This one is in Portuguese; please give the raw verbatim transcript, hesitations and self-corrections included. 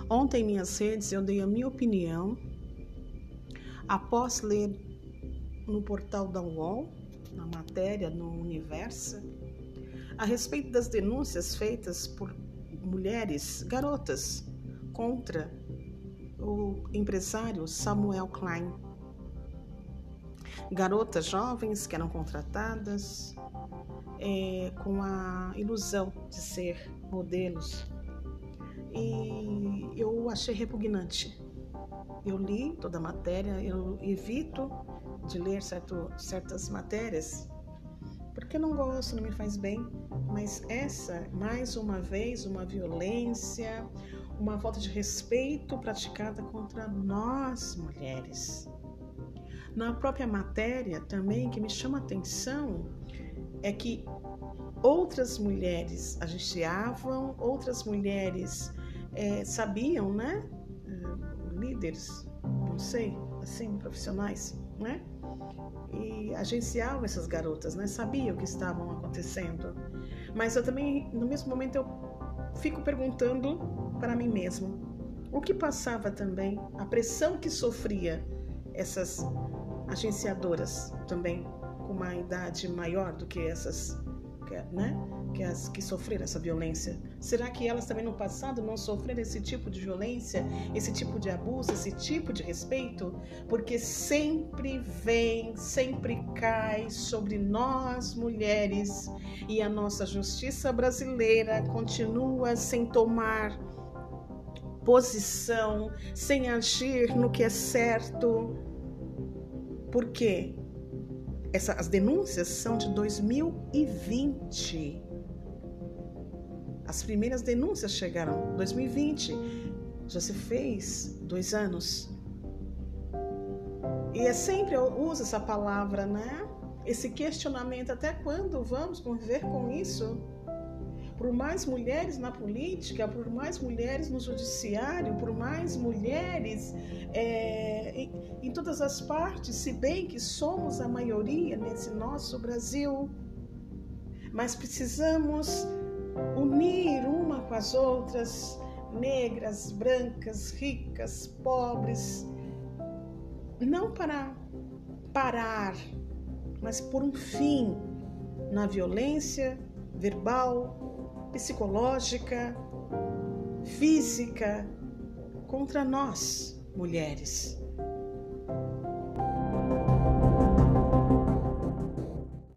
Ontem em minhas redes eu dei a minha opinião após ler no portal da U O L, na matéria no Universo, a respeito das denúncias feitas por mulheres, garotas, contra o empresário Samuel Klein. Garotas jovens que eram contratadas é, com a ilusão de ser modelos. E eu achei repugnante. Eu li toda a matéria, eu evito de ler certo, certas matérias, porque não gosto, não me faz bem, mas essa, mais uma vez, uma violência, uma falta de respeito praticada contra nós, mulheres. Na própria matéria também, que me chama a atenção, é que outras mulheres agenciavam, outras mulheres é, sabiam, né? Líderes, não sei, assim, profissionais, né? E agenciavam essas garotas, né? Sabiam o que estavam acontecendo. Mas eu também, no mesmo momento, eu fico perguntando para mim mesma o que passava também, a pressão que sofria essas agenciadoras também com uma idade maior do que essas, né? Que as que sofreram essa violência. Será que elas também no passado não sofreram esse tipo de violência, esse tipo de abuso, esse tipo de respeito? Porque sempre vem, sempre cai sobre nós mulheres, e a nossa justiça brasileira continua sem tomar posição, sem agir no que é certo. Por quê? Essa, as denúncias são de dois mil e vinte. As primeiras denúncias chegaram em dois mil e vinte. Já se fez dois anos. E é sempre, eu uso essa palavra, né? Esse questionamento, até quando vamos conviver com isso? Por mais mulheres na política, por mais mulheres no judiciário, por mais mulheres é, em, em todas as partes, se bem que somos a maioria nesse nosso Brasil, mas precisamos unir uma com as outras, negras, brancas, ricas, pobres, não para parar, mas por um fim na violência verbal, psicológica, física contra nós, mulheres.